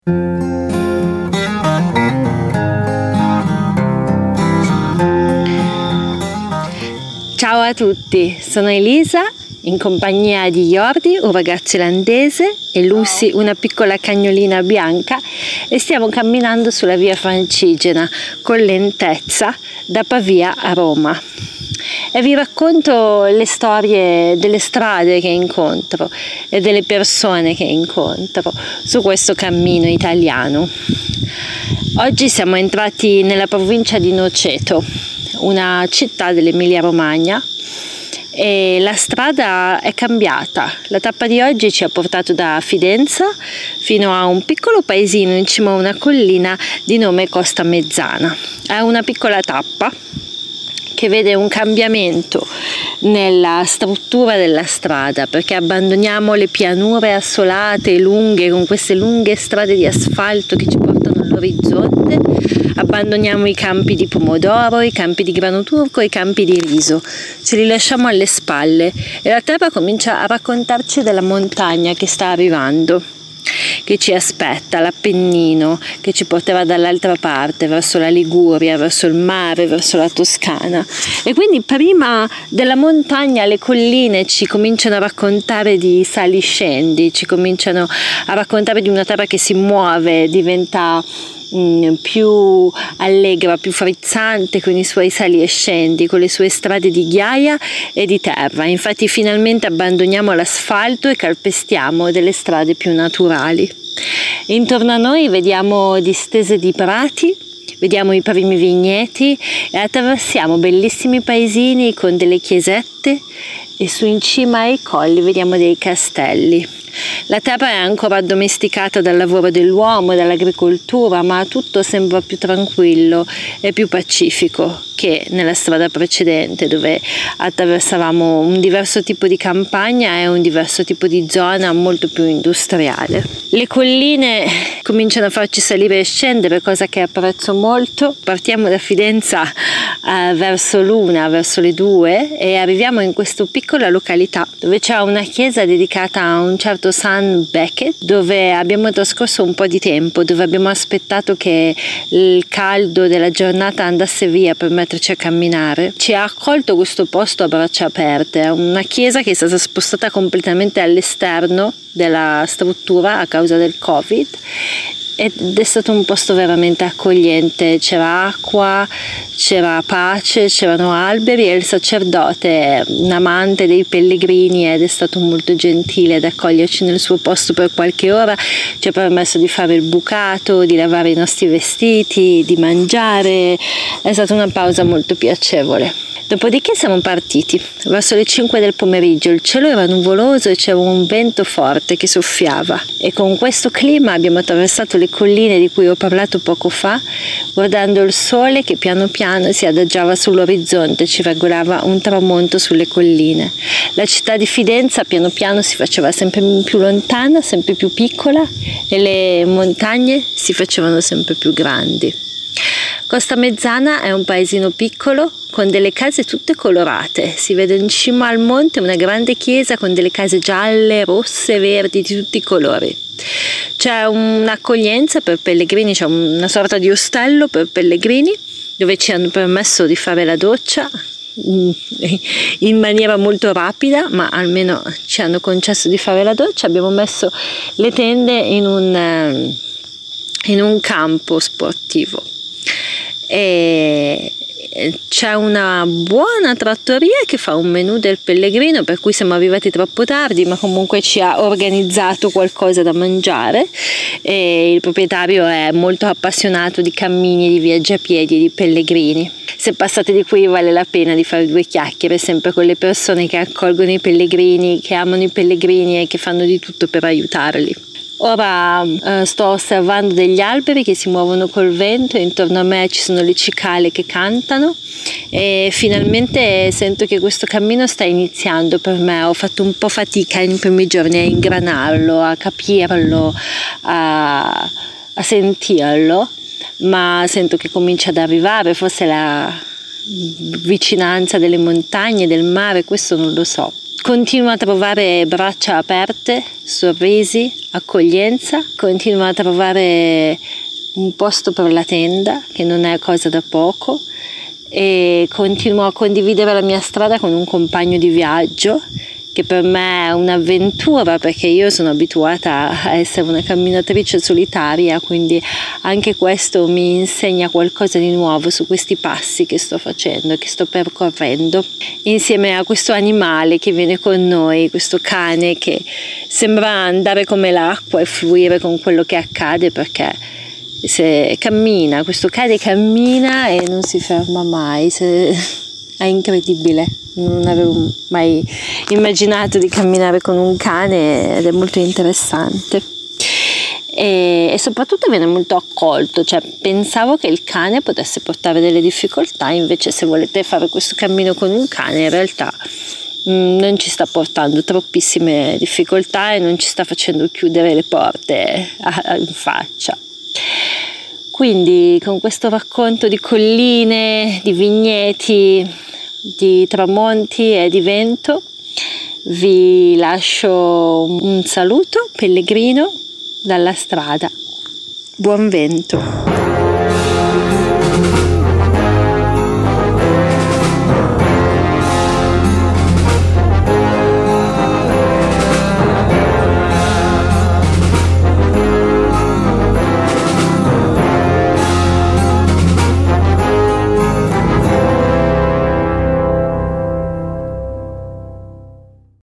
Ciao a tutti, sono Elisa in compagnia di Jordi, un ragazzo irlandese, e Lucy, una piccola cagnolina bianca, e stiamo camminando sulla via Francigena con lentezza da Pavia a Roma. E vi racconto le storie delle strade che incontro e delle persone che incontro su questo cammino italiano. Oggi siamo entrati nella provincia di Noceto, una città dell'Emilia-Romagna, e la strada è cambiata. La tappa di oggi ci ha portato da Fidenza fino a un piccolo paesino in cima a una collina di nome Costa Mezzana. È una piccola tappa che vede un cambiamento nella struttura della strada, perché abbandoniamo le pianure assolate e lunghe con queste lunghe strade di asfalto che ci portano all'orizzonte, abbandoniamo i campi di pomodoro, i campi di grano turco e i campi di riso, ce li lasciamo alle spalle e la terra comincia a raccontarci della montagna che sta arrivando, che ci aspetta, l'Appennino, che ci porterà dall'altra parte, verso la Liguria, verso il mare, verso la Toscana. E quindi prima della montagna le colline ci cominciano a raccontare di sali-scendi, ci cominciano a raccontare di una terra che si muove, diventa più allegra, più frizzante con i suoi sali e scendi, con le sue strade di ghiaia e di terra. Infatti finalmente abbandoniamo l'asfalto e calpestiamo delle strade più naturali. Intorno a noi vediamo distese di prati, vediamo i primi vigneti e attraversiamo bellissimi paesini con delle chiesette e su in cima ai colli vediamo dei castelli. La terra è ancora addomesticata dal lavoro dell'uomo, dall'agricoltura, ma tutto sembra più tranquillo e più pacifico che nella strada precedente, dove attraversavamo un diverso tipo di campagna e un diverso tipo di zona molto più industriale. Le colline cominciano a farci salire e scendere, cosa che apprezzo molto. Partiamo da Fidenza verso l'una, verso le 2, e arriviamo in questa piccola località dove c'è una chiesa dedicata a un certo San Becket, dove abbiamo trascorso un po' di tempo, dove abbiamo aspettato che il caldo della giornata andasse via per metterci a camminare. Ci ha accolto questo posto a braccia aperte, è una chiesa che è stata spostata completamente all'esterno della struttura a causa del Covid ed è stato un posto veramente accogliente. C'era acqua, c'era pace, c'erano alberi e il sacerdote è un amante dei pellegrini ed è stato molto gentile ad accoglierci nel suo posto per qualche ora. Ci ha permesso di fare il bucato, di lavare i nostri vestiti, di mangiare. È stata una pausa molto piacevole. Dopodiché siamo partiti verso le 5 del pomeriggio, il cielo era nuvoloso e c'era un vento forte che soffiava e con questo clima abbiamo attraversato le colline di cui ho parlato poco fa, guardando il sole che piano piano si adagiava sull'orizzonte e ci regolava un tramonto sulle colline. La città di Fidenza piano piano si faceva sempre più lontana, sempre più piccola e le montagne si facevano sempre più grandi. Costa Mezzana è un paesino piccolo con delle case tutte colorate. Si vede in cima al monte una grande chiesa con delle case gialle, rosse, verdi, di tutti i colori. C'è un'accoglienza per pellegrini, c'è una sorta di ostello per pellegrini dove ci hanno permesso di fare la doccia in maniera molto rapida, ma almeno ci hanno concesso di fare la doccia. Abbiamo messo le tende in un campo sportivo. E c'è una buona trattoria che fa un menù del pellegrino, per cui siamo arrivati troppo tardi, ma comunque ci ha organizzato qualcosa da mangiare e il proprietario è molto appassionato di cammini, di viaggi a piedi e di pellegrini. Se passate di qui vale la pena di fare 2 chiacchiere sempre con le persone che accolgono i pellegrini, che amano i pellegrini e che fanno di tutto per aiutarli. Ora sto osservando degli alberi che si muovono col vento e intorno a me ci sono le cicale che cantano e finalmente sento che questo cammino sta iniziando per me. Ho fatto un po' fatica nei primi giorni a ingranarlo, a capirlo, a sentirlo, ma sento che comincia ad arrivare, forse la vicinanza delle montagne, del mare, questo non lo so. continuo a trovare braccia aperte, sorrisi, accoglienza, continuo a trovare un posto per la tenda, che non è cosa da poco, e continuo a condividere la mia strada con un compagno di viaggio che per me è un'avventura, perché io sono abituata a essere una camminatrice solitaria, quindi anche questo mi insegna qualcosa di nuovo su questi passi che sto facendo, che sto percorrendo insieme a questo animale che viene con noi, questo cane che sembra andare come l'acqua e fluire con quello che accade, perché se cammina, questo cane cammina e non si ferma mai, è incredibile. Non avevo mai immaginato di camminare con un cane ed è molto interessante e soprattutto viene molto accolto, cioè pensavo che il cane potesse portare delle difficoltà, invece se volete fare questo cammino con un cane in realtà non ci sta portando troppissime difficoltà e non ci sta facendo chiudere le porte in faccia. Quindi con questo racconto di colline, di vigneti, di tramonti e di vento vi lascio un saluto pellegrino dalla strada. Buon vento.